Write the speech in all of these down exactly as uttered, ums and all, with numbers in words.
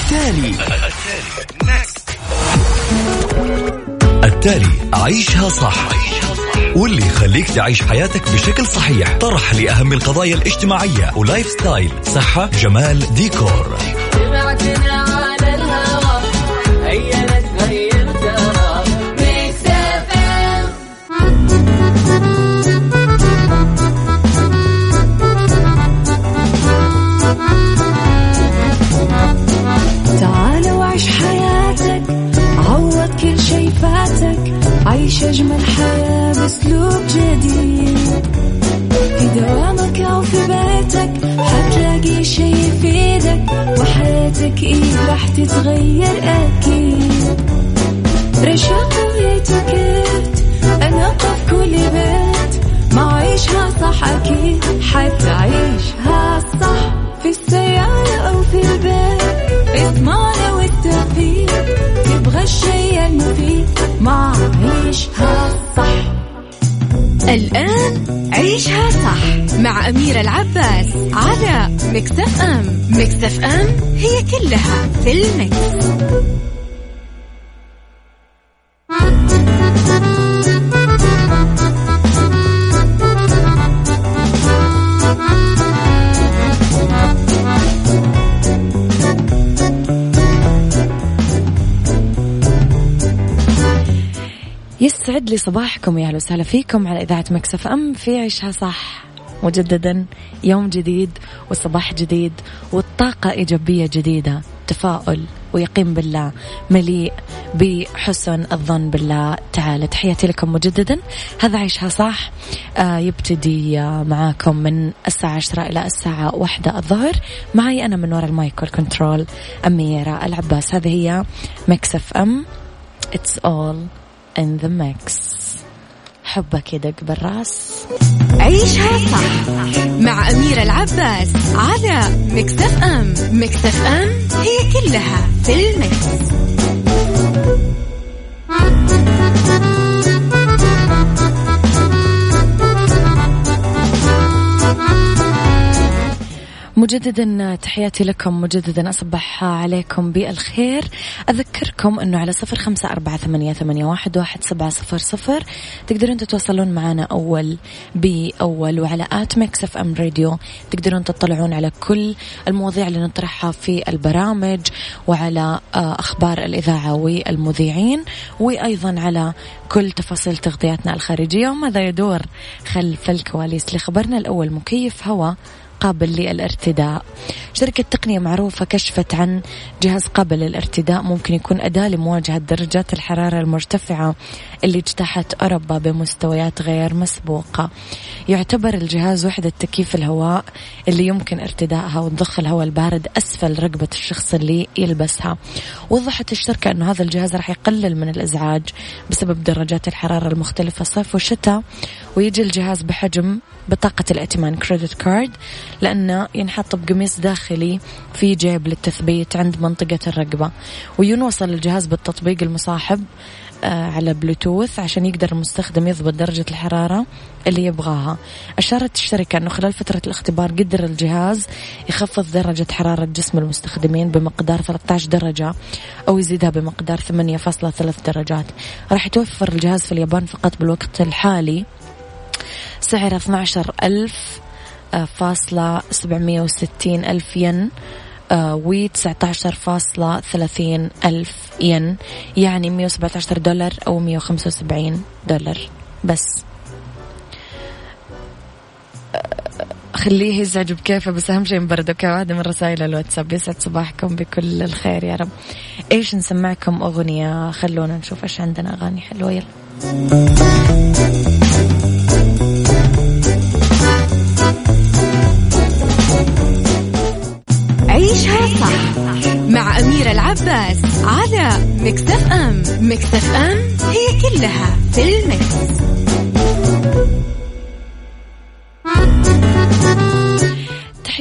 التالي التالي عيشها صح، واللي يخليك تعيش حياتك بشكل صحيح. طرح لأهم القضايا الاجتماعية ولايف ستايل، صحة، جمال، ديكور. تعال وعيش حياتك، عوض كل شي فاتك، عيش أجمل حياة بأسلوب جديد. في دوامك أو في بيتك حتلاقي شي يفيدك، وحياتك إيه راح تتغير أكيد. رشاق ويتوكيت أنا قف كل بيت، ما عيشها صح أكيد حتعيشها صح. في السيارة أو في البيت اسمعنا والتوفيق، تبغى الشيء المفيد ما عيشها صح. الآن عيشها صح مع أميرة العباس على ميكس اف ام. ميكس اف ام هي كلها في الميكس. يسعد لي صباحكم، يا أهلا وسهلا فيكم على إذاعة ميكس اف ام في عيشها صح. مجددا يوم جديد وصباح جديد والطاقة إيجابية جديدة، تفاؤل ويقين بالله، مليء بحسن الظن بالله تعالى. تحياتي لكم مجددا. هذا عيشها صح آه يبتدي آه معاكم من الساعة عشرة إلى الساعة واحدة الظهر. معي أنا من وراء المايك والكنترول أميرة العباس. هذه هي ميكس اف ام. It's all in the mix. حبك يدق بالراس. عيشها صح مع أميرة العباس على ميكس اف ام. ميكس اف ام هي كلها في الميكس. مجددا تحياتي لكم، مجددا أصبح عليكم بالخير. أذكركم أنه على صفر خمسة أربعة ثمانية ثمانية واحد واحد سبعة صفر صفر تقدرون تتواصلون معنا أول بأول، وعلى آت ميكس اف ام راديو تقدرون تطلعون على كل المواضيع اللي نطرحها في البرامج، وعلى أخبار الإذاعة والمذيعين، وأيضا على كل تفاصيل تغطياتنا الخارجية وماذا يدور خلف الكواليس. لخبرنا الأول، مكيف هواء قابل للارتداء. شركة تقنية معروفة كشفت عن جهاز قابل للارتداء ممكن يكون أداة لمواجهة درجات الحرارة المرتفعة اللي اجتاحت أوروبا بمستويات غير مسبوقة. يعتبر الجهاز وحدة تكييف الهواء اللي يمكن ارتدائها وتضخ الهواء البارد أسفل رقبة الشخص اللي يلبسها. وضحت الشركة أنه هذا الجهاز راح يقلل من الإزعاج بسبب درجات الحرارة المختلفة صيف وشتاء، ويجي الجهاز بحجم بطاقة الائتمان كريدت كارد، لأنه ينحط بقميص داخلي في جيب للتثبيت عند منطقة الرقبة، وينوصل الجهاز بالتطبيق المصاحب على بلوتوث عشان يقدر المستخدم يضبط درجة الحرارة اللي يبغاها. أشارت الشركة أنه خلال فترة الاختبار قدر الجهاز يخفض درجة حرارة جسم المستخدمين بمقدار ثلاثة عشر درجة أو يزيدها بمقدار ثمانية فاصلة ثلاثة درجات. راح يتوفر الجهاز في اليابان فقط بالوقت الحالي، سعره اثنا عشر ألف فاصلة سبعمية وستين ألف ين و تسعة عشر فاصلة ثلاثين ألف ين، يعني مية وسبعة عشر دولار أو مية وخمسة وسبعين دولار بس. خليه يزعج بكيفه، بس أهم شيء مبرد. أوكي، واحدة من رسائل الواتساب. يسعد صباحكم بكل الخير يا رب. إيش نسمعكم أغنية؟ خلونا نشوف إيش عندنا أغاني حلوة. يلا عيشها صح مع أميرة العباس على ميكس اف ام. ميكس اف ام هي كلها في الميكس.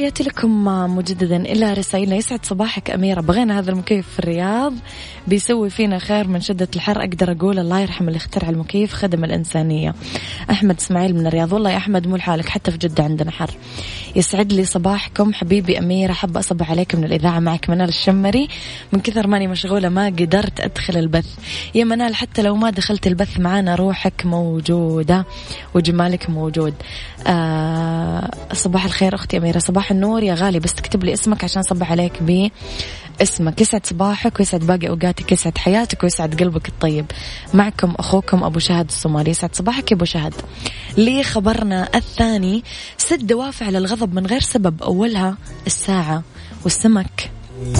تحياتي لكم مجددا إلى رسائلنا. يسعد صباحك أميرة، بغينا هذا المكيف في الرياض بيسوي فينا خير من شدة الحر. أقدر أقول الله يرحم اللي اخترع المكيف، خدم الإنسانية. أحمد إسماعيل من الرياض. والله يا أحمد مو لحالك، حتى في جدة عندنا حر. يسعد لي صباحكم حبيبي أميرة، حب أصبح عليك من الإذاعة. معك منال الشمري. من كثر ماني مشغولة ما قدرت أدخل البث. يا منال حتى لو ما دخلت البث معانا روحك موجودة وجمالك موجود. آه صباح الخير أختي أميرة. صباح النور يا غالي، بس تكتب لي اسمك عشان صبح عليك باسمك. يسعد صباحك ويسعد باقي أوقاتك، يسعد حياتك ويسعد قلبك الطيب. معكم أخوكم أبو شهد الصومالي. يسعد صباحك يا أبو شهد. لي خبرنا الثاني، ست دوافع للغضب من غير سبب، أولها الساعة والسمك.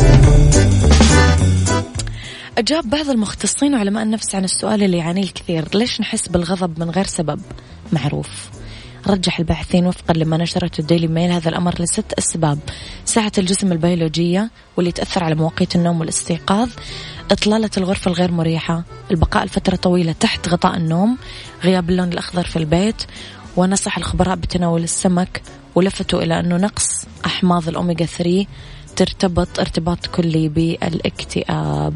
أجاب بعض المختصين وعلماء النفس عن السؤال اللي يعانيه الكثير، ليش نحس بالغضب من غير سبب معروف؟ رجح الباحثين وفقا لما نشرته الديلي ميل هذا الأمر لست أسباب: ساعة الجسم البيولوجية واللي تأثر على مواقيت النوم والاستيقاظ، إطلالة الغرفة الغير مريحة، البقاء لفترة طويلة تحت غطاء النوم، غياب اللون الأخضر في البيت. ونصح الخبراء بتناول السمك ولفتوا إلى أنه نقص أحماض الأوميغا ثلاثة ترتبط ارتباط كلي بالاكتئاب.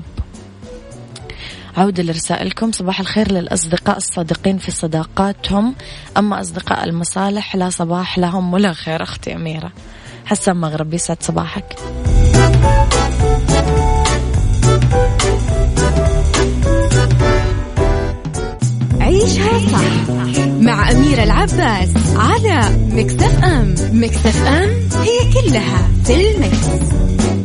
عودة لرسائلكم. صباح الخير للأصدقاء الصادقين في صداقاتهم، أما أصدقاء المصالح لا صباح لهم ولا خير. أختي أميرة. حسن مغربي. يسعد صباحك. عيشها صح مع أميرة العباس على ميكس اف ام. ميكس اف ام هي كلها في الميكس.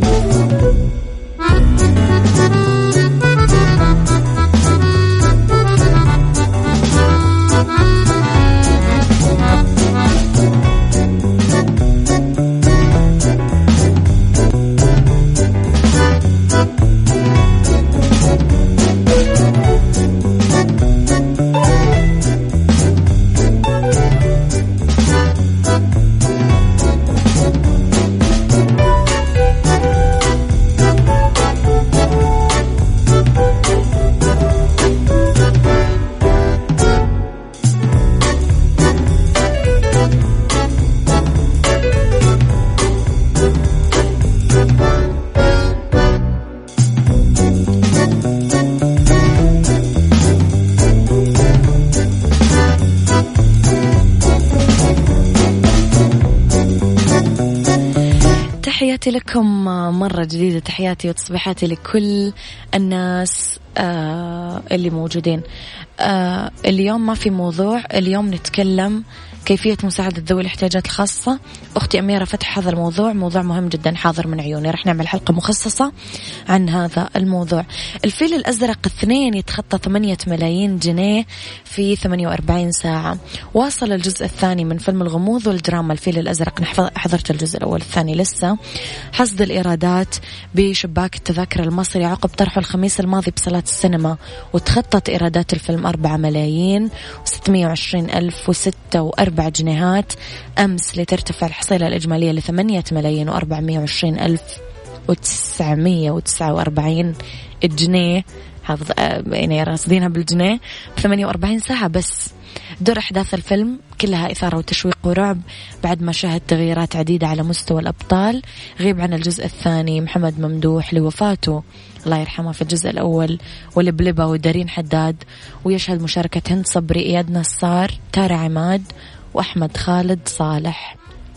تحياتي لكم مرة جديدة، تحياتي وتصبيحاتي لكل الناس آه اللي موجودين. آه اليوم ما في موضوع، اليوم نتكلم كيفية مساعدة ذوي الاحتياجات الخاصة. أختي أميرة فتح هذا الموضوع، موضوع مهم جدا حاضر من عيوني. رح نعمل حلقة مخصصة عن هذا الموضوع. الفيل الأزرق اثنين يتخطى ثمانية ملايين جنيه في ثمانية وأربعين ساعة. واصل الجزء الثاني من فيلم الغموض والدراما الفيل الأزرق، حضرت الجزء الأول، الثاني لسه، حصد الإيرادات بشباك التذاكر المصري عقب طرحه الخميس الماضي بصالات السينما، وتخطت إيرادات الفيلم أربعة ملايين وستمائة وعشرين ألف وستة وأربعة جنيهات أمس، لترتفع الحصيلة الإجمالية لثمانية ملايين وأربعمائة وعشرين ألف وتسعمائة وتسعة وأربعين جنيه. حافظ يعني راصدينها بالجنيه بثمانية وأربعين ساعة بس. دور أحداث الفيلم كلها إثارة وتشويق ورعب بعد ما شاهد تغييرات عديدة على مستوى الأبطال. غيب عن الجزء الثاني محمد ممدوح لوفاته الله يرحمه في الجزء الأول، والبلبة ودارين حداد، ويشهد مشاركة هند صبري، إياد نصار، تارة عماد، وأحمد خالد صالح.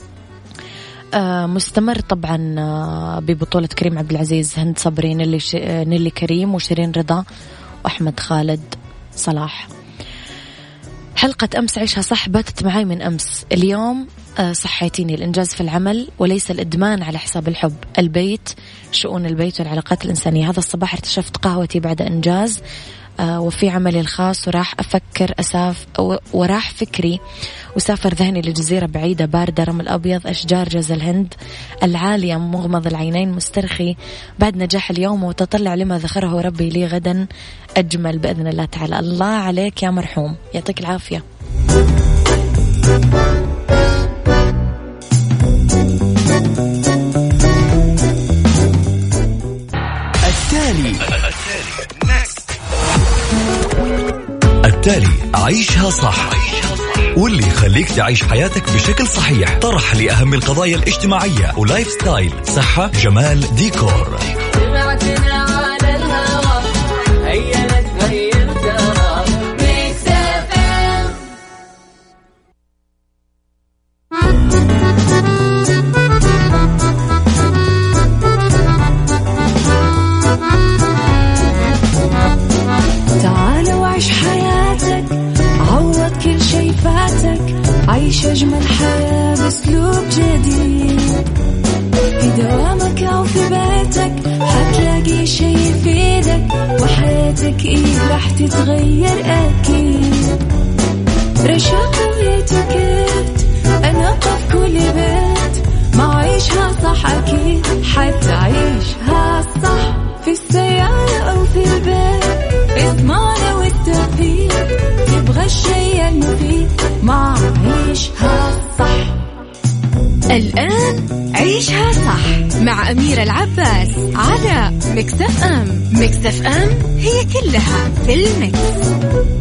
آه مستمر طبعا آه ببطولة كريم عبد العزيز، هند صبري، نيلي, ش... نيلي كريم، وشيرين رضا، وأحمد خالد صلاح. حلقة أمس عيشها صح باتت معاي من أمس. اليوم آه صحيتيني الإنجاز في العمل وليس الإدمان على حساب الحب، البيت، شؤون البيت والعلاقات الإنسانية. هذا الصباح اكتشفت قهوتي بعد إنجاز آه وفي عملي الخاص، وراح أفكر أساف وراح فكري وسافر ذهني لجزيرة بعيدة باردة، رمل أبيض، أشجار جوز الهند العالية، مغمض العينين مسترخي بعد نجاح اليوم، وتطلع لما ذخره ربي لي غدا أجمل بإذن الله تعالى. الله عليك يا مرحوم، يعطيك العافية. التالي التالي عيشها صح واللي يخليك تعيش حياتك بشكل صحيح. طرح لأهم القضايا الاجتماعية ولايف ستايل، صحة، جمال، ديكور. عيش أجمل حياة بأسلوب جديد، في دوامك أو في بيتك حتلاقي شي يفيدك، وحياتك إيه راح تتغير أكيد. رشاق ويتوكيت أنا قف كل بيت، ما عيشها صح أكيد حتعيشها صح، في السيارة أو في البيت اسمعنا والتوفيق، تبغى الشي المفيد ما عيشها صح. الآن عيشها صح مع أميرة العباس على ميكس اف ام. ميكس اف ام هي كلها في الميكس.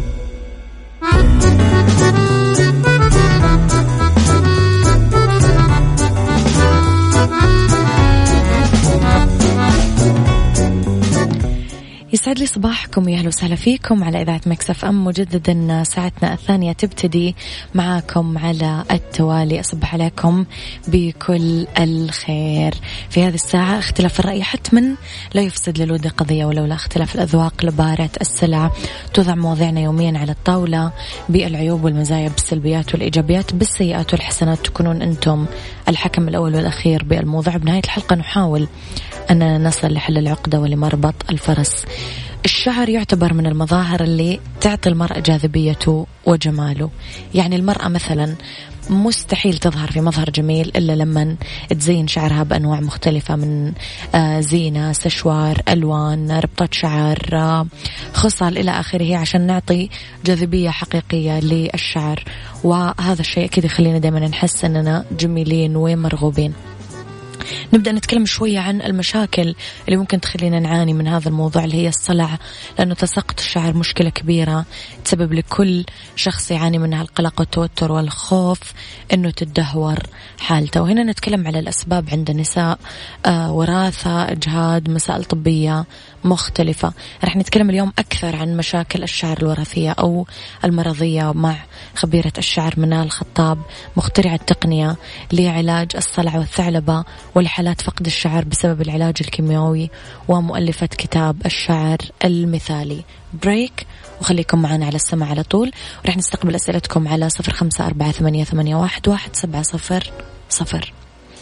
يسعد لي صباحكم، يا أهلا وسهلا فيكم على إذاعة ميكس اف ام. مجددا ساعتنا الثانية تبتدي معاكم على التوالي. أصبح عليكم بكل الخير. في هذه الساعة اختلاف الرأي حتما لا يفسد للود قضية، ولولا اختلاف الأذواق لبارة السلع. توضع مواضيعنا يوميا على الطاولة بالعيوب والمزايا، بالسلبيات والإيجابيات، بالسيئات والحسنات. تكونون أنتم الحكم الأول والأخير بالموضوع. بنهاية الحلقة نحاول أن نصل لحل العقدة ولمربط الفرس. الشعر يعتبر من المظاهر اللي تعطي المرأة جاذبيته وجماله. يعني المرأة مثلا مستحيل تظهر في مظهر جميل إلا لما تزين شعرها بأنواع مختلفة من زينة، سشوار، ألوان، ربطات شعر، خصال إلى آخره، عشان نعطي جاذبية حقيقية للشعر. وهذا الشيء أكيد يخلينا دائما نحس أننا جميلين ومرغوبين. نبدأ نتكلم شوية عن المشاكل اللي ممكن تخلينا نعاني من هذا الموضوع، اللي هي الصلع، لأنه تساقط الشعر مشكلة كبيرة تسبب لكل شخص يعاني منها القلق والتوتر والخوف أنه تدهور حالته. وهنا نتكلم على الأسباب عند النساء، آه وراثة، إجهاد، مسائل طبية مختلفة. رح نتكلم اليوم أكثر عن مشاكل الشعر الوراثية أو المرضية مع خبيرة الشعر منال خطاب، مخترعة التقنية لعلاج الصلع والثعلبة ولحالات فقد الشعر بسبب العلاج الكيميائي، ومؤلفة كتاب الشعر المثالي. بريك وخليكم معنا على السماع على طول، ورح نستقبل أسئلتكم على صفر خمسة أربعة ثمانية ثمانية واحد واحد سبعة صفر صفر.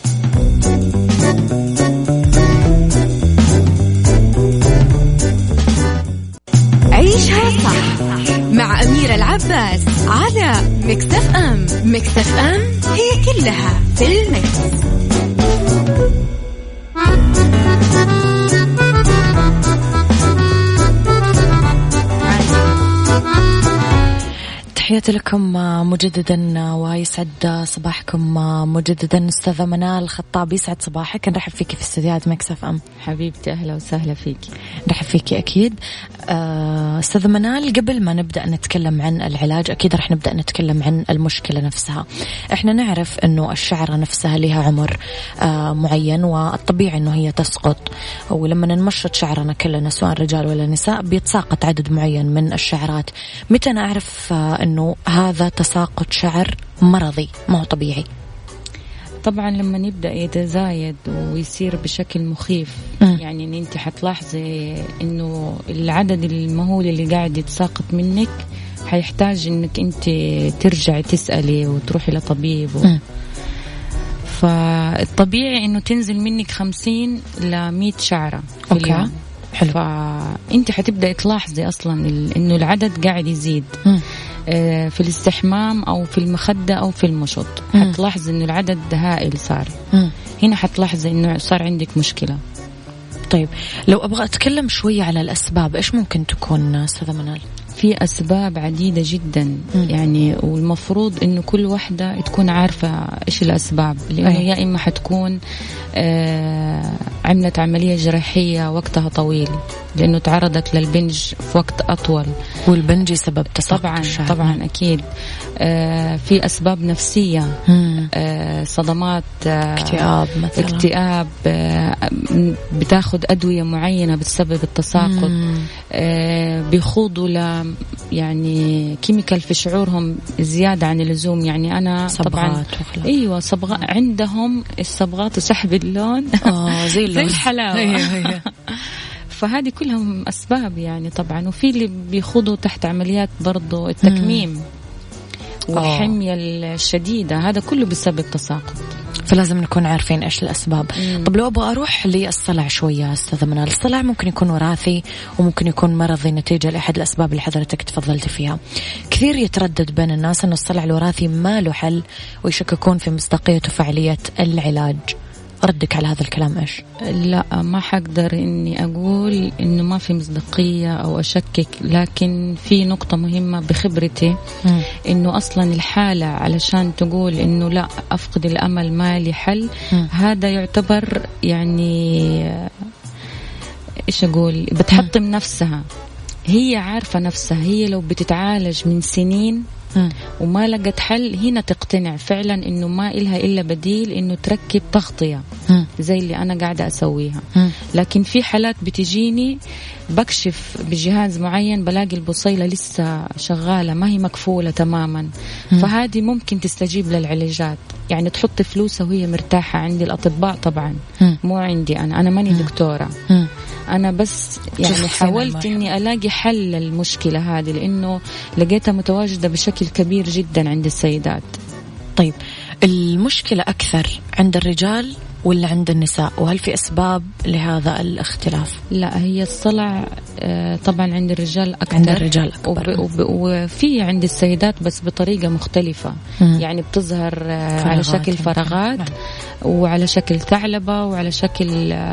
عيشها صح مع أميرة العباس على ميكس اف ام. ميكس اف ام هي كلها في الميكس. تحياتي لكم مجددا ويسعد صباحكم مجددا. أستاذة منال خطاب، يسعد صباحك. نرحب فيكي في استديوهات ميكس اف ام. حبيبتي أهلا وسهلا فيكي. نرحب فيكي أكيد. أستاذة منال، قبل ما نبدأ نتكلم عن العلاج أكيد رح نبدأ نتكلم عن المشكلة نفسها. إحنا نعرف أنه الشعرة نفسها لها عمر معين، والطبيعي أنه هي تسقط، ولما نمشط شعرنا كلنا سواء رجال ولا نساء بيتساقط عدد معين من الشعرات. متى نعرف أنه هذا تساقط شعر مرضي ما هو طبيعي؟ طبعا لما يبدأ يتزايد ويصير بشكل مخيف، م. يعني ان انت حتلاحظي انه العدد المهول اللي قاعد يتساقط منك حيحتاج انك انت ترجعي تسألي وتروحي لطبيب و... فالطبيعي انه تنزل منك خمسين لمية شعرة في أوكي. اليوم. حلو. فانت حتبدأ تلاحظي اصلا انه العدد قاعد يزيد، م. في الاستحمام أو في المخدة أو في المشط، حتلاحظ إنه العدد هائل صار. مم. هنا حتلاحظ إنه صار عندك مشكلة. طيب لو أبغى أتكلم شوية على الأسباب، إيش ممكن تكون أستاذة منال؟ في أسباب عديدة جدا يعني، والمفروض إنه كل واحدة تكون عارفة إيش الأسباب، لأنه يا إما حتكون آه عملت عملية جراحية وقتها طويل لأنه تعرضت للبنج في وقت أطول، والبنج سبب تساقط طبعا الشعر. طبعا أكيد. آه في أسباب نفسية، آه صدمات، آه اكتئاب مثلا، اكتئاب، آه بتاخد أدوية معينة بتسبب التساقط، آه بيخوضوا ل يعني كيميكال في شعورهم زيادة عن اللزوم. يعني أنا طبعا أيوة صبغة عندهم الصبغات وسحب اللون آه زي, زي الحلاوة فهذه كلهم أسباب يعني طبعا. وفي اللي بيخوضوا تحت عمليات برضو التكميم والحمية الشديدة، هذا كله بسبب تساقط، فلازم نكون عارفين إيش الأسباب. مم. طب لو أبغى أروح للصلع شوية أستاذة منال، الصلع ممكن يكون وراثي وممكن يكون مرضي نتيجة لأحد الأسباب اللي حضرتك تفضلتي فيها. كثير يتردد بين الناس أنه الصلع الوراثي ما له حل ويشككون في مصداقية وفعالية العلاج. ردك على هذا الكلام إيش؟ لا ما حقدر إني أقول إنه ما في مصداقية أو أشكك، لكن في نقطة مهمة بخبرتي م. إنه أصلا الحالة علشان تقول إنه لا أفقد الأمل ما لي حل، م. هذا يعتبر يعني إيش أقول بتحطم م. نفسها. هي عارفة نفسها، هي لو بتتعالج من سنين م. وما لقت حل هنا تقتنع فعلا إنه ما إلها إلا بديل إنه تركب تغطية م. زي اللي أنا قاعدة أسويها. م. لكن في حالات بتجيني بكشف بجهاز معين بلاقي البصيلة لسه شغالة ما هي مكفولة تماما، م. فهذه ممكن تستجيب للعلاجات، يعني تحط فلوسها وهي مرتاحة عند الأطباء طبعا، م. مو عندي أنا أنا ماني م. دكتورة، م. أنا بس يعني حاولت إني ألاقي حل للمشكلة هذه لأنه لقيتها متواجدة بشكل كبير جدا عند السيدات. طيب المشكلة أكثر عند الرجال ولا عند النساء، وهل في أسباب لهذا الاختلاف؟ لا هي الصلع طبعا عند الرجال أكثر، عند الرجال أكبر، وب... وب... وفي عند السيدات بس بطريقة مختلفة. مم. يعني بتظهر على شكل فراغات، نعم. وعلى شكل ثعلبة وعلى شكل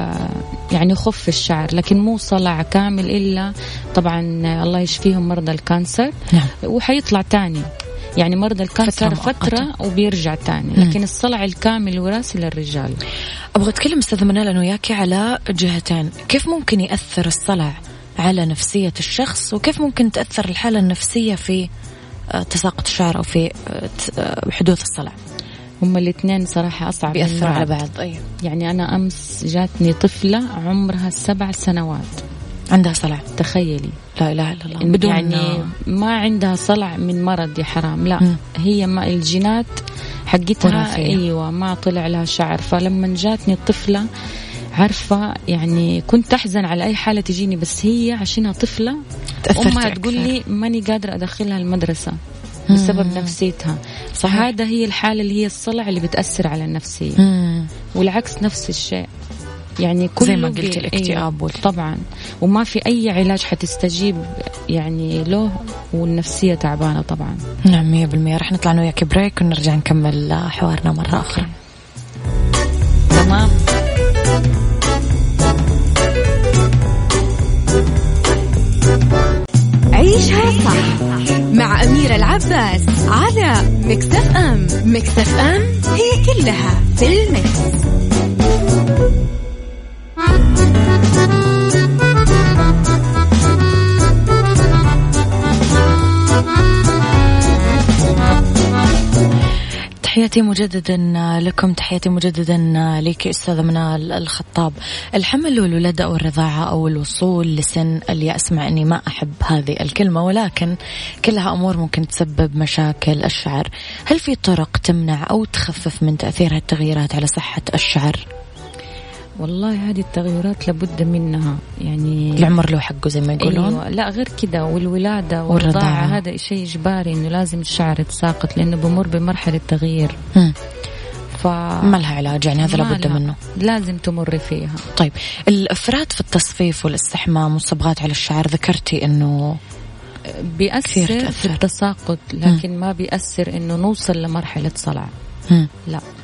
يعني خف الشعر، لكن مو صلع كامل إلا طبعا الله يشفيهم مرضى الكانسر، نعم. وحيطلع تاني يعني مرضى الكانسر فترة, فترة وبيرجع تاني، لكن الصلع الكامل الوراثي للرجال. أبغى أتكلم أستاذة منال أنا وياكي على جهتين، كيف ممكن يأثر الصلع على نفسية الشخص وكيف ممكن تأثر الحالة النفسية في تساقط الشعر أو في حدوث الصلع؟ هم الاثنين صراحة أصعب بيأثر على بعض. أيه. يعني أنا أمس جاتني طفلة عمرها سبع سنوات عندها صلع، تخيلي. لا إله إلا الله. بدون يعني ما عندها صلع من مرض يا حرام، لا م. هي ما الجينات حقتها أيوة ما طلع لها شعر. فلما جاتني الطفلة عارفة يعني كنت أحزن على أي حالة تجيني، بس هي عشانها طفلة أمها تقول لي ماني قادرة أدخلها المدرسة بسبب مم. نفسيتها. فهذا هي الحالة اللي هي الصلع اللي بتأثر على النفسية. مم. والعكس نفس الشيء، يعني كله زي ما قلت الاكتئاب. أيوة طبعا، وما في أي علاج حتستجيب يعني له والنفسية تعبانة طبعا. نعم مية بالمية. رح نطلع وياك بريك ونرجع نكمل حوارنا مرة أخرى. تمام. عيشها صح مع أميرة العباس على ميكس اف ام. ميكس اف ام هي كلها في الميكس. تحياتي مجددا لكم، تحياتي مجددا لك أستاذة منال الخطاب. الحمل والولادة أو الرضاعة أو الوصول لسن اليأس، مع أني ما أحب هذه الكلمة، ولكن كلها أمور ممكن تسبب مشاكل الشعر. هل في طرق تمنع أو تخفف من تأثير التغييرات على صحة الشعر؟ والله هذه التغيرات لابد منها، يعني العمر له حقه زي ما يقولون. أيوة. لا غير كده، والولادة والرضاعة هذا شيء إجباري إنه لازم الشعر يتساقط لأنه بمر بمرحلة تغيير. ف... ما لها علاج يعني، هذا لابد منه، لازم تمر فيها. طيب الإفراط في التصفيف والاستحمام والصبغات على الشعر، ذكرتي إنه بيأثر في التساقط، لكن م. ما بيأثر إنه نوصل لمرحلة صلع. م. لا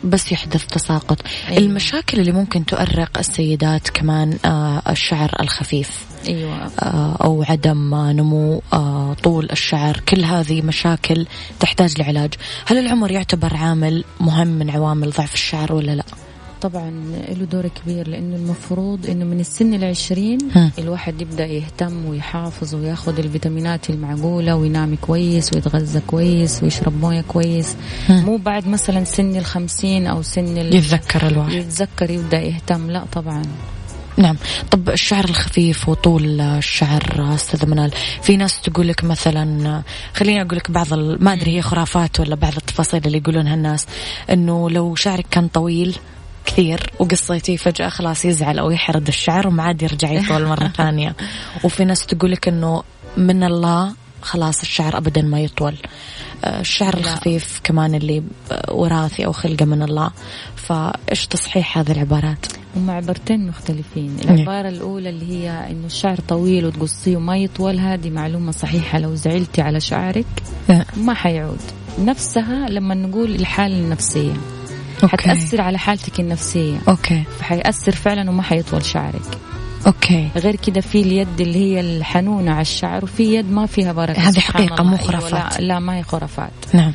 بس يحدث تساقط. أيوة. المشاكل اللي ممكن تؤرق السيدات كمان آه الشعر الخفيف، أيوة. آه أو عدم نمو آه طول الشعر، كل هذه مشاكل تحتاج لعلاج. هل العمر يعتبر عامل مهم من عوامل ضعف الشعر ولا لا؟ طبعا له دور كبير، لأنه المفروض إنه من السن العشرين الواحد يبدأ يهتم ويحافظ وياخذ الفيتامينات المعقولة وينام كويس ويتغذى كويس ويشرب موية كويس. هم. مو بعد مثلا سن الخمسين أو سن يتذكر الواحد يتذكر يبدأ يهتم، لا طبعا. نعم. طب الشعر الخفيف وطول الشعر أستاذة منال، في ناس تقول لك مثلا، خليني أقول لك بعض ما أدري هي خرافات ولا بعض التفاصيل اللي يقولونها الناس، إنه لو شعرك كان طويل كثير وقصيتيه فجأة خلاص يزعل أو يحرد الشعر وما عاد يرجع يطول مرة ثانية. وفي ناس تقولك إنه من الله خلاص الشعر أبدا ما يطول. الشعر الخفيف كمان اللي وراثي أو خلقة من الله، فإيش تصحيح هذه العبارات؟ هم عبارتين مختلفين. العبارة الأولى اللي هي إنه الشعر طويل وتقصيه وما يطول، هذه معلومة صحيحة. لو زعلتي على شعرك ما حيعود. نفسها لما نقول الحالة النفسية أوكي. حتأثر على حالتك النفسية، أوكي، فحيأثر فعلا وما حيطول شعرك. أوكي. غير كده في اليد اللي هي الحنونة على الشعر، وفي يد ما فيها بركة. هذه حقيقة مو خرافات. لا, لا ما هي خرافات. نعم.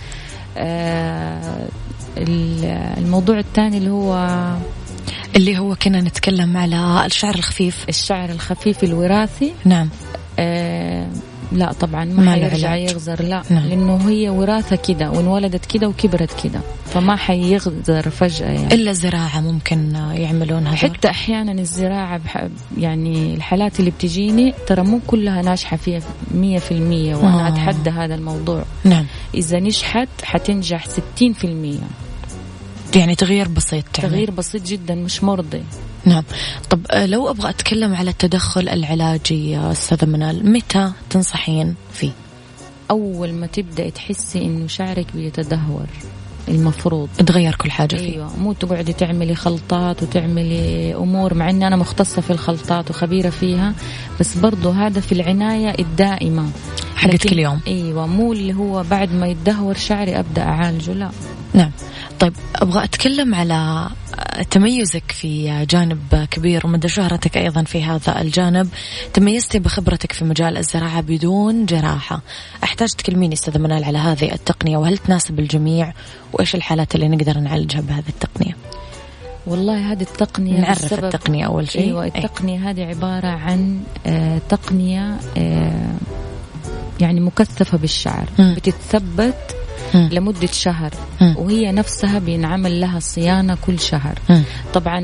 آه الموضوع الثاني اللي هو اللي هو كنا نتكلم على الشعر الخفيف. الشعر الخفيف الوراثي. نعم. آه لا طبعا ما حيرجع يغزر، لا. نعم. لأنه هي وراثة كده وانولدت كده وكبرت كده، فما حيغزر فجأة يعني. إلا زراعة ممكن يعملونها. حتى أحيانا الزراعة يعني الحالات اللي بتجيني ترى مو كلها ناجحة فيها مية في المية، وأنا آه. أتحدى هذا الموضوع. نعم. إذا نجحت حتنجح ستين في المية، يعني تغيير بسيط. تغيير بسيط جدا مش مرضي. نعم. طب لو أبغى أتكلم على التدخل العلاجي يا أستاذة منال، متى تنصحين فيه؟ أول ما تبدأ تحسي إنه شعرك بيتدهور، المفروض تغير كل حاجة فيه. أيوة. مو تقعدي تعملي خلطات وتعملي أمور، مع إن أنا مختصة في الخلطات وخبيرة فيها، بس برضو هذا في العناية الدائمة حقت كل يوم. أيوة. مو اللي هو بعد ما يتدهور شعري أبدأ أعالجه، لا. نعم. طيب أبغى أتكلم على تميزك في جانب كبير ومدى شهرتك أيضا في هذا الجانب. تميزتي بخبرتك في مجال الزراعة بدون جراحة. أحتاج تكلميني أستاذة منال على هذه التقنية، وهل تناسب الجميع، وإيش الحالات اللي نقدر نعالجها بهذه التقنية؟ والله هذه التقنية نعرف التقنية أول شيء. أيوة. التقنية أي. هذه عبارة عن آه تقنية آه يعني مكثفة بالشعر. م. بتتثبت م. لمدة شهر. م. وهي نفسها بينعمل لها صيانة كل شهر. م. طبعا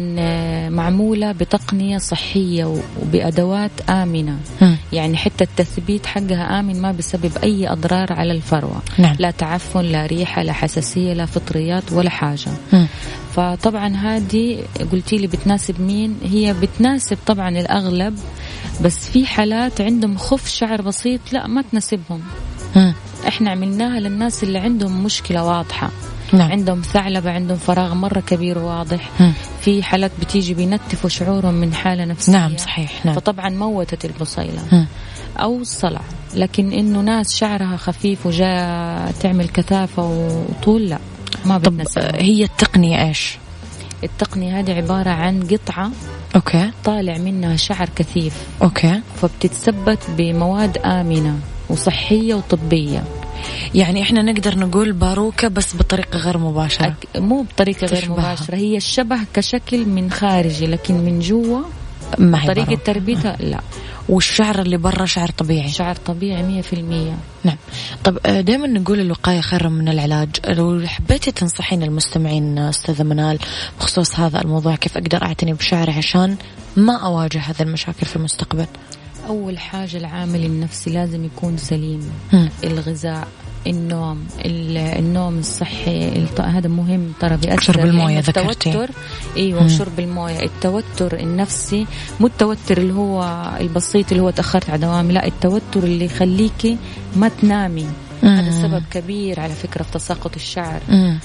معمولة بتقنية صحية وبأدوات آمنة. م. يعني حتى التثبيت حقها آمن، ما بسبب أي أضرار على الفروة. نعم. لا تعفن، لا ريحة، لا حساسية، لا فطريات ولا حاجة. م. فطبعا هذه قلتي لي بتناسب مين؟ هي بتناسب طبعا الأغلب، بس في حالات عندهم خف شعر بسيط لا ما تناسبهم. م. احنا عملناها للناس اللي عندهم مشكلة واضحة. نعم. عندهم ثعلبة، عندهم فراغ مرة كبير واضح. م. في حالات بتيجي بينتفوا شعورهم من حالة نفسية. نعم صحيح. نعم. فطبعا موتت البصيلة م. أو الصلع. لكن إنه ناس شعرها خفيف وجاء تعمل كثافة وطول، لا ما بتناسب. هي التقنية إيش؟ التقنية هذه عبارة عن قطعة أوكي طالع منها شعر كثيف. أوكي. فبتتثبت بمواد آمنة وصحية وطبية. يعني إحنا نقدر نقول باروكة بس بطريقة غير مباشرة. أك... مو بطريقة غير مباشرة، هي الشبه كشكل من خارجي، لكن من جوا ما هي طريقة تربيتها لا. والشعر اللي برا شعر طبيعي. شعر طبيعي مية في المية. نعم. طب دائما نقول الوقاية خير من العلاج. لو حبيتي تنصحين المستمعين أستاذة منال بخصوص هذا الموضوع، كيف أقدر أعتني بشعري عشان ما أواجه هذه المشاكل في المستقبل؟ أول حاجة العامل النفسي لازم يكون سليم. م. الغذاء، النوم، النوم الصحي هذا مهم ترى، بيأثر. شرب الموية ذكرتي. التوتر ايوه. شرب الموية. التوتر النفسي مو التوتر اللي هو البسيط اللي هو تأخرت على دوامي، لا التوتر اللي يخليكي ما تنامي. هذا سبب كبير على فكرة في تساقط الشعر. م.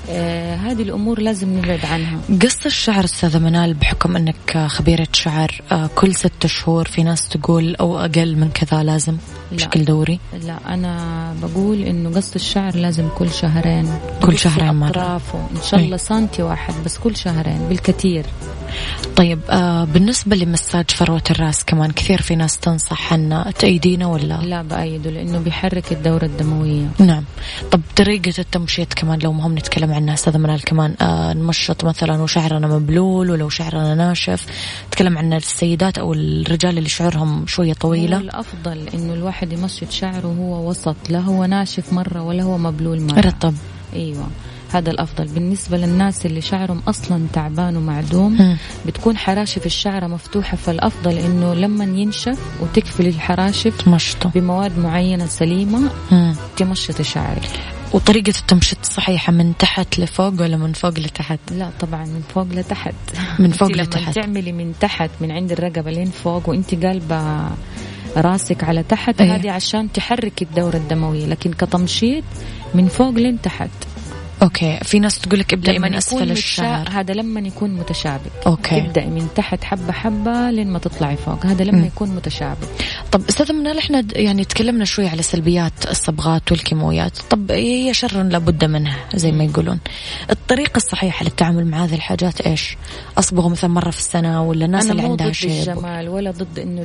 آه هذه الأمور لازم نبعد عنها. قص الشعر أستاذة منال، بحكم أنك خبيرة شعر، آه كل ست شهور، في ناس تقول أو أقل من كذا لازم بشكل دوري. لا أنا بقول إنه قص الشعر لازم كل شهرين، كل شهرين مرة، أطرافه إن شاء الله سنتي واحد، بس كل شهرين بالكثير. طيب آه بالنسبة لمساج فروة الرأس كمان كثير في ناس تنصح أن تأيدينه ولا؟ لا بأيده، لأنه بيحرك الدورة الدموية. نعم. طب طريقة التمشيط كمان لو مهم نتكلم عنها أستاذة منال كمان، آه نمشط مثلا وشعرنا مبلول ولو شعرنا ناشف، نتكلم عن السيدات أو الرجال اللي شعرهم شوية طويلة. الأفضل إنه الواحد يمشط شعره هو وسط، لا هو ناشف مرة ولا هو مبلول مرة، رطب. أيوة هذا الأفضل. بالنسبة للناس اللي شعرهم أصلا تعبان ومعدوم م. بتكون حراشف الشعر مفتوحة، فالأفضل إنه لما ينشف وتكفل الحراشف تمشطه بمواد معينة سليمة م. تمشط شعرك. وطريقة التمشيط الصحيحة من تحت لفوق ولا من فوق لتحت؟ لا طبعا من فوق لتحت. من فوق لتحت. تعملي من تحت من عند الرقبة لين فوق وانت قلبة راسك على تحت، أيه. هذه عشان تحرك الدورة الدموية، لكن كتمشيط من فوق لين تحت. اوكي. في ناس تقولك ابدأي من اسفل الشعر، هذا لما يكون متشابك. اوكي. ابدأي من تحت حبة حبة لين ما تطلعي فوق، هذا لما م. يكون متشابك. طب استاذ منال، احنا يعني تكلمنا شوي على سلبيات الصبغات والكيماويات، طب هي شر لابد منها زي ما يقولون. الطريقة الصحيحة للتعامل مع هذه الحاجات ايش؟ اصبغه مثلا مرة في السنة ولا الناس اللي عندها شيب؟ أنا مو ضد الجمال ولا ضد انه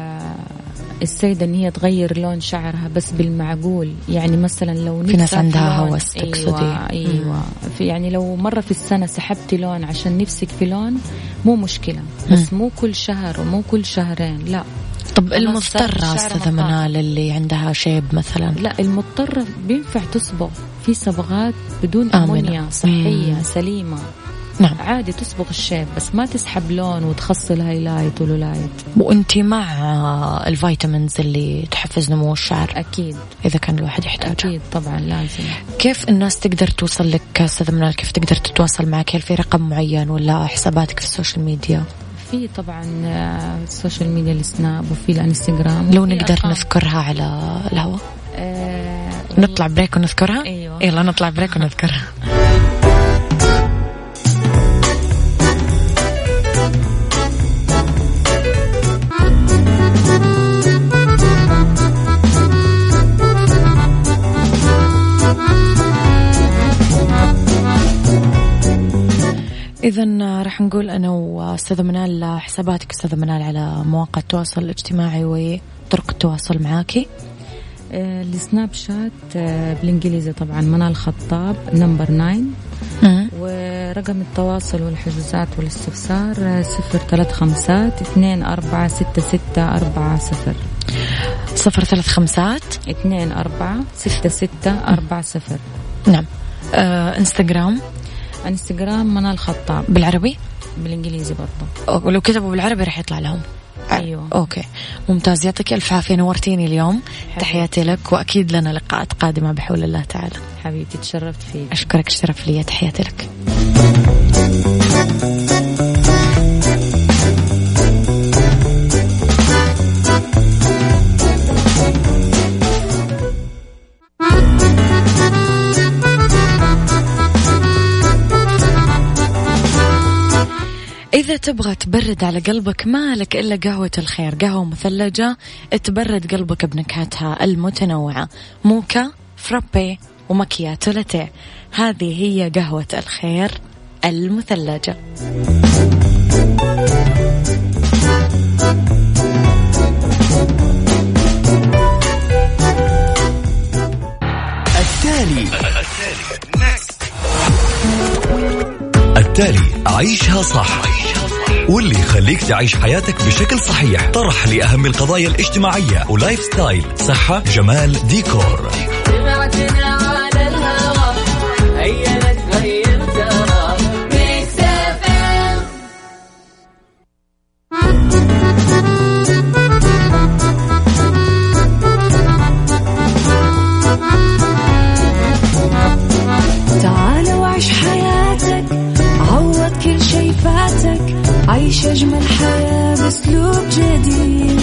السيدة ان هي تغير لون شعرها، بس بالمعقول. يعني مثلا لو في ناس عندها هوس تقصدي. أيوة, أيوة. في يعني لو مرة في السنة سحبتي لون عشان نفسك في لون مو مشكلة، بس مم. مو كل شهر ومو كل شهرين، لا. طب المضطرة أستاذة منال اللي عندها شيب مثلا؟ لا المضطرة بينفع تصبغ في صبغات بدون أمونيا صحية مم. سليمة. نعم. عادي تصبغ الشيب، بس ما تسحب لون وتخص الهايلايت والولايت. وانتي مع الفيتامينز اللي تحفز نمو الشعر؟ أكيد إذا كان الواحد يحتاجها. أكيد طبعا لازم. كيف الناس تقدر توصل لك أستاذة منال؟ كيف تقدر تتواصل معك؟ هل في رقم معين ولا حساباتك في السوشيال ميديا؟ في طبعا السوشيال ميديا السناب وفي الانستغرام، لو نقدر أرقام. نذكرها على الهواء. أه نطلع بريك ونذكرها. أيوة. يلا نطلع بريك ونذكرها. إذن راح نقول أنا وأستاذة منال حساباتك أستاذة منال على مواقع التواصل الاجتماعي وطرق التواصل معاكي. آه السناب شات آه بالإنجليزي طبعا منال خطاب نمبر ناين، ورقم التواصل والحجوزات والاستفسار آه صفر ثلاث خمسات اثنين أربعة ستة ستة أربعة صفر صفر ثلاث خمسات اثنين أربعة ستة ستة أربعة صفر. نعم. آه انستغرام انستغرام منال خطاب بالعربي بالانجليزي برضه، ولو كتبوا بالعربي راح يطلع لهم. ايوه اوكي ممتاز. يعطيك الف عافيه، نورتيني اليوم. حبيبتي. تحياتي لك، واكيد لنا لقاءات قادمه بحول الله تعالى. حبيبتي تشرفت فيك. اشكرك، الشرف لي. تحياتي لك. إذا تبغى تبرد على قلبك ما لك إلا قهوة الخير، قهوة مثلجة تبرد قلبك بنكهاتها المتنوعة، موكا، فرابي ومكياتو لاتيه. هذه هي قهوة الخير المثلجة. التالي التالي عيشها صح، واللي يخليك تعيش حياتك بشكل صحيح. طرح لأهم القضايا الاجتماعية ولايف ستايل، صحة، جمال، ديكور. تعال وعيش حياتك، عوض كل شي فاتك، عيش أجمل حياة بأسلوب جديد.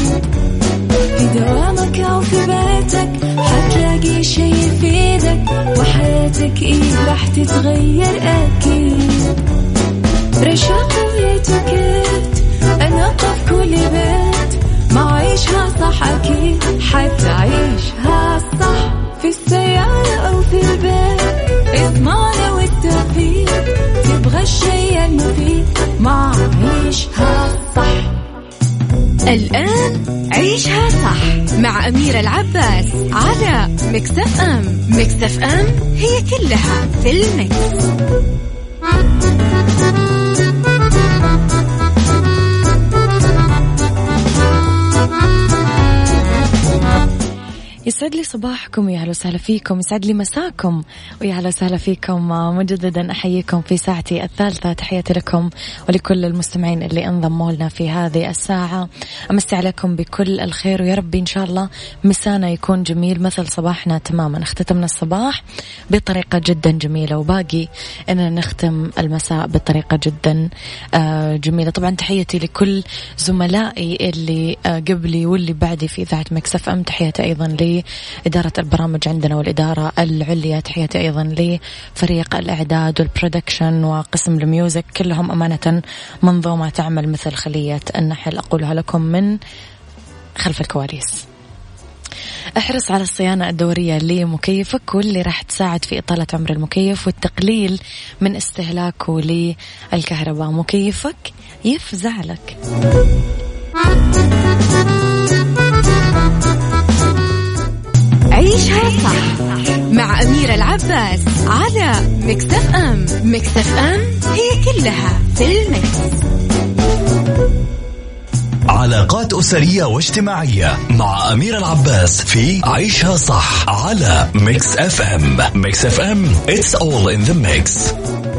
في دوامك أو في بيتك حتلاقي شي يفيدك، وحياتك حياتك إيه راح تتغير أكيد. رشاق ويتوكيت أنا قف كل بيت ما عيشها صح أكيد حتعيشها صح في السيارة أو في البيت اسمعنا والتوفيق تبغى الشيء المفيد ما عيشها صح. الآن عيشها صح مع أميرة العباس على ميكس اف ام. ميكس اف ام هي كلها في الميكس. يسعد لي صباحكم ويا هلا وسهلا فيكم، يسعد لي مساكم ويا هلا وسهلا فيكم مجددا. أحييكم في ساعتي الثالثة، تحياتي لكم ولكل المستمعين اللي انضموا لنا في هذه الساعة. أمسي عليكم بكل الخير ويا ربي إن شاء الله مسانا يكون جميل مثل صباحنا تماما. اختتمنا الصباح بطريقة جدا جميلة وباقي أننا نختم المساء بطريقة جدا جميلة. طبعا تحياتي لكل زملائي اللي قبلي واللي بعدي في إذاعة ميكس اف ام، تحياتي أيضا لي إدارة البرامج عندنا والإدارة العليا، تحياتي أيضا لفريق الإعداد والبرودكشن وقسم الميوزك، كلهم أمانة منظومة تعمل مثل خلية النحل، أقولها لكم من خلف الكواليس. احرص على الصيانة الدورية لمكيفك واللي راح تساعد في إطالة عمر المكيف والتقليل من استهلاكه للكهرباء. مكيفك يفزع لك. عيشها صح مع أميرة العباس على ميكس اف ام. ميكس اف ام هي كلها في الميكس. علاقات أسرية واجتماعية مع أميرة العباس في عيشها صح على ميكس اف ام. ميكس اف ام it's all in the mix.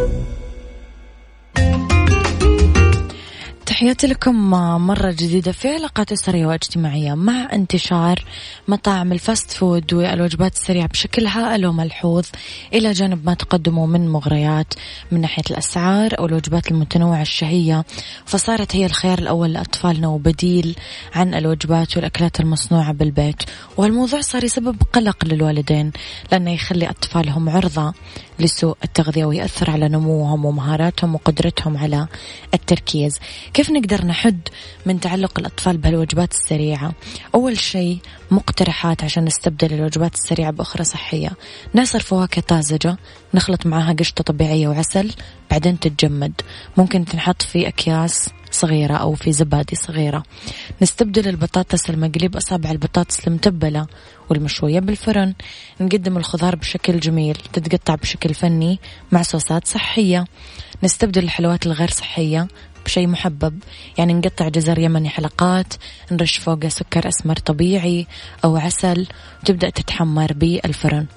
تحياتي لكم مرة جديدة في علاقات أسرية واجتماعية. مع انتشار مطاعم الفاست فود والوجبات السريعة بشكل هائل وملحوظ، إلى جانب ما تقدموا من مغريات من ناحية الأسعار أو الوجبات المتنوعة الشهية، فصارت هي الخيار الأول لأطفالنا وبديل عن الوجبات والأكلات المصنوعة بالبيت. وهالموضوع صار يسبب قلق للوالدين لأنه يخلي أطفالهم عرضة لسوء التغذية ويأثر على نموهم ومهاراتهم وقدرتهم على التركيز. كيف نقدر نحد من تعلق الأطفال بهالوجبات السريعة؟ أول شيء مقترحات عشان نستبدل الوجبات السريعة بأخرى صحية. نعصر فواكه طازجة نخلط معها قشطة طبيعية وعسل بعدين تتجمد، ممكن تنحط في أكياس صغيرة أو في زبادي صغيرة. نستبدل البطاطس المقلي بأصابع البطاطس المتبلة والمشوية بالفرن. نقدم الخضار بشكل جميل تتقطع بشكل فني مع صوصات صحية. نستبدل الحلويات الغير صحية بشيء محبب، يعني نقطع جزر يمني حلقات، نرش فوقه سكر أسمر طبيعي أو عسل وتبدأ تتحمر بالفرن.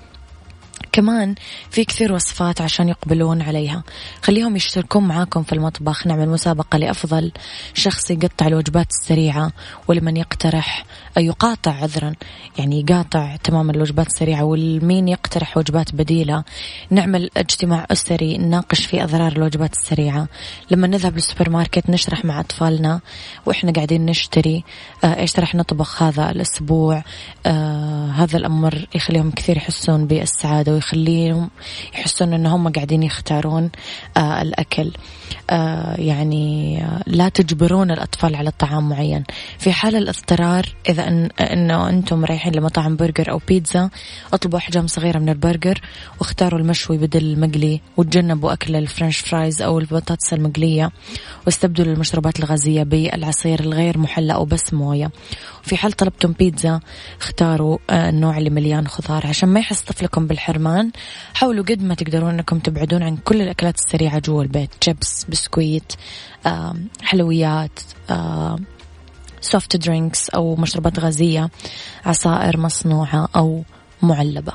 كمان في كثير وصفات عشان يقبلون عليها، خليهم يشتركون معاكم في المطبخ. نعمل مسابقة لأفضل شخص يقطع الوجبات السريعة، ولمن يقترح يقاطع عذرا يعني يقاطع تماما الوجبات السريعة، والمين يقترح وجبات بديلة. نعمل اجتماع أسري نناقش فيه أضرار الوجبات السريعة. لما نذهب للسوبر ماركت نشرح مع أطفالنا وإحنا قاعدين نشتري آه إيش راح نطبخ هذا الأسبوع. آه هذا الأمر يخليهم كثير يحسون بالسعادة ويخليهم يحسون أن هم قاعدين يختارون آه الأكل. آه يعني آه لا تجبرون الأطفال على طعام معين. في حال الاضطرار إذا أن أنه أنتم رايحين لمطاعم برجر أو بيتزا، اطلبوا أحجام صغيرة من البرجر واختاروا المشوي بدل المقلي، وتجنبوا أكل الفرنش فرايز أو البطاطس المقلية، واستبدلوا المشروبات الغازية بالعصير الغير محلى أو بس موية. وفي حال طلبتم بيتزا اختاروا آه النوع اللي مليان خضار. عشان ما يحس طفلكم بالحرمان حاولوا قد ما تقدرون أنكم تبعدون عن كل الأكلات السريعة جوا البيت، شيبس، بسكويت، آه حلويات، آه سوفت درينكس أو مشروبات غازية، عصائر مصنوعة أو معلبة.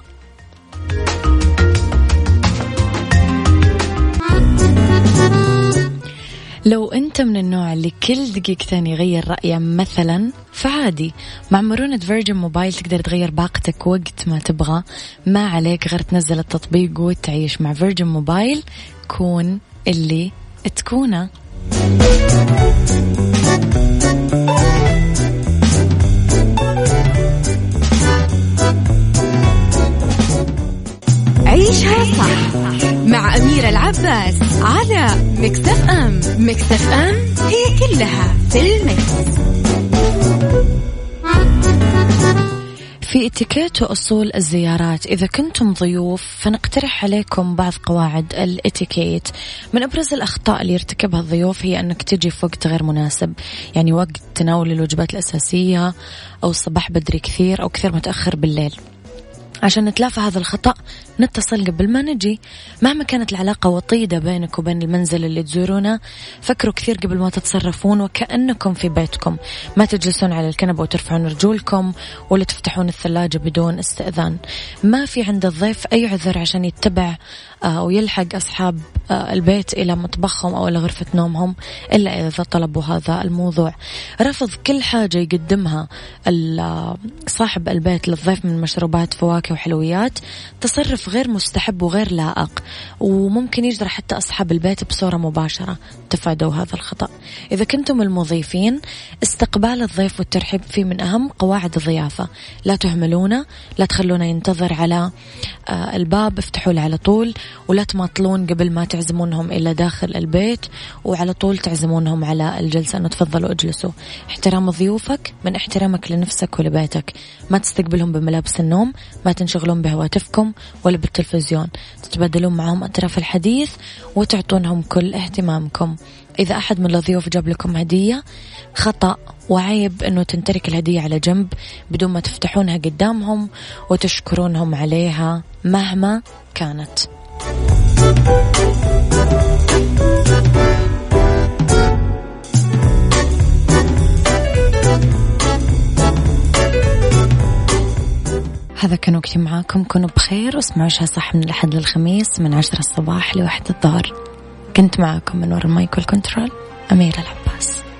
لو أنت من النوع اللي كل دقيقتين يغير رأيه مثلا، فعادي مع مرونة فيرجن موبايل تقدر تغير باقتك وقت ما تبغى. ما عليك غير تنزل التطبيق وتعيش مع فيرجن موبايل. كون اللي تكونه. عيشها صح ميكس اف ام هي كلها في الميكس. في اتيكيت وأصول الزيارات، إذا كنتم ضيوف فنقترح عليكم بعض قواعد الاتيكيت. من أبرز الأخطاء اللي يرتكبها الضيوف هي أنك تجي في وقت غير مناسب، يعني وقت تناول الوجبات الأساسية أو الصباح بدري كثير أو كثير متأخر بالليل. عشان نتلافى هذا الخطأ نتصل قبل ما نجي. مهما كانت العلاقة وطيدة بينك وبين المنزل اللي تزورونه، فكروا كثير قبل ما تتصرفون وكأنكم في بيتكم. ما تجلسون على الكنبة وترفعون رجولكم ولا تفتحون الثلاجة بدون استئذان. ما في عند الضيف أي عذر عشان يتبع أو يلحق أصحاب البيت إلى مطبخهم أو إلى غرفة نومهم إلا إذا طلبوا هذا الموضوع. رفض كل حاجة يقدمها صاحب البيت للضيف من مشروبات فواكه وحلويات تصرف غير مستحب وغير لائق، وممكن يجرح حتى أصحاب البيت بصورة مباشرة. تفادوا هذا الخطأ. إذا كنتم المضيفين، استقبال الضيف والترحيب فيه من أهم قواعد الضيافة. لا تهملونه، لا تخلونه ينتظر على الباب، افتحوا له على طول، ولا تماطلون قبل ما تعزمونهم إلى داخل البيت وعلى طول تعزمونهم على الجلسة أنه تفضلوا اجلسوا. احترام ضيوفك من احترامك لنفسك ولبيتك. ما تستقبلهم بملابس النوم، ما تنشغلون بهواتفكم ولا بالتلفزيون، تتبادلون معهم أطراف الحديث وتعطونهم كل اهتمامكم. إذا أحد من الضيوف جاب لكم هدية، خطأ وعيب أنه تنترك الهدية على جنب بدون ما تفتحونها قدامهم وتشكرونهم عليها مهما كانت. هذا كان وقتي معاكم. كونوا بخير واسمعوا عيشها صح من الأحد للخميس من عشرة الصباح لواحد الظهر. كنت معاكم من وراء المايك والكنترول أميرة العباس.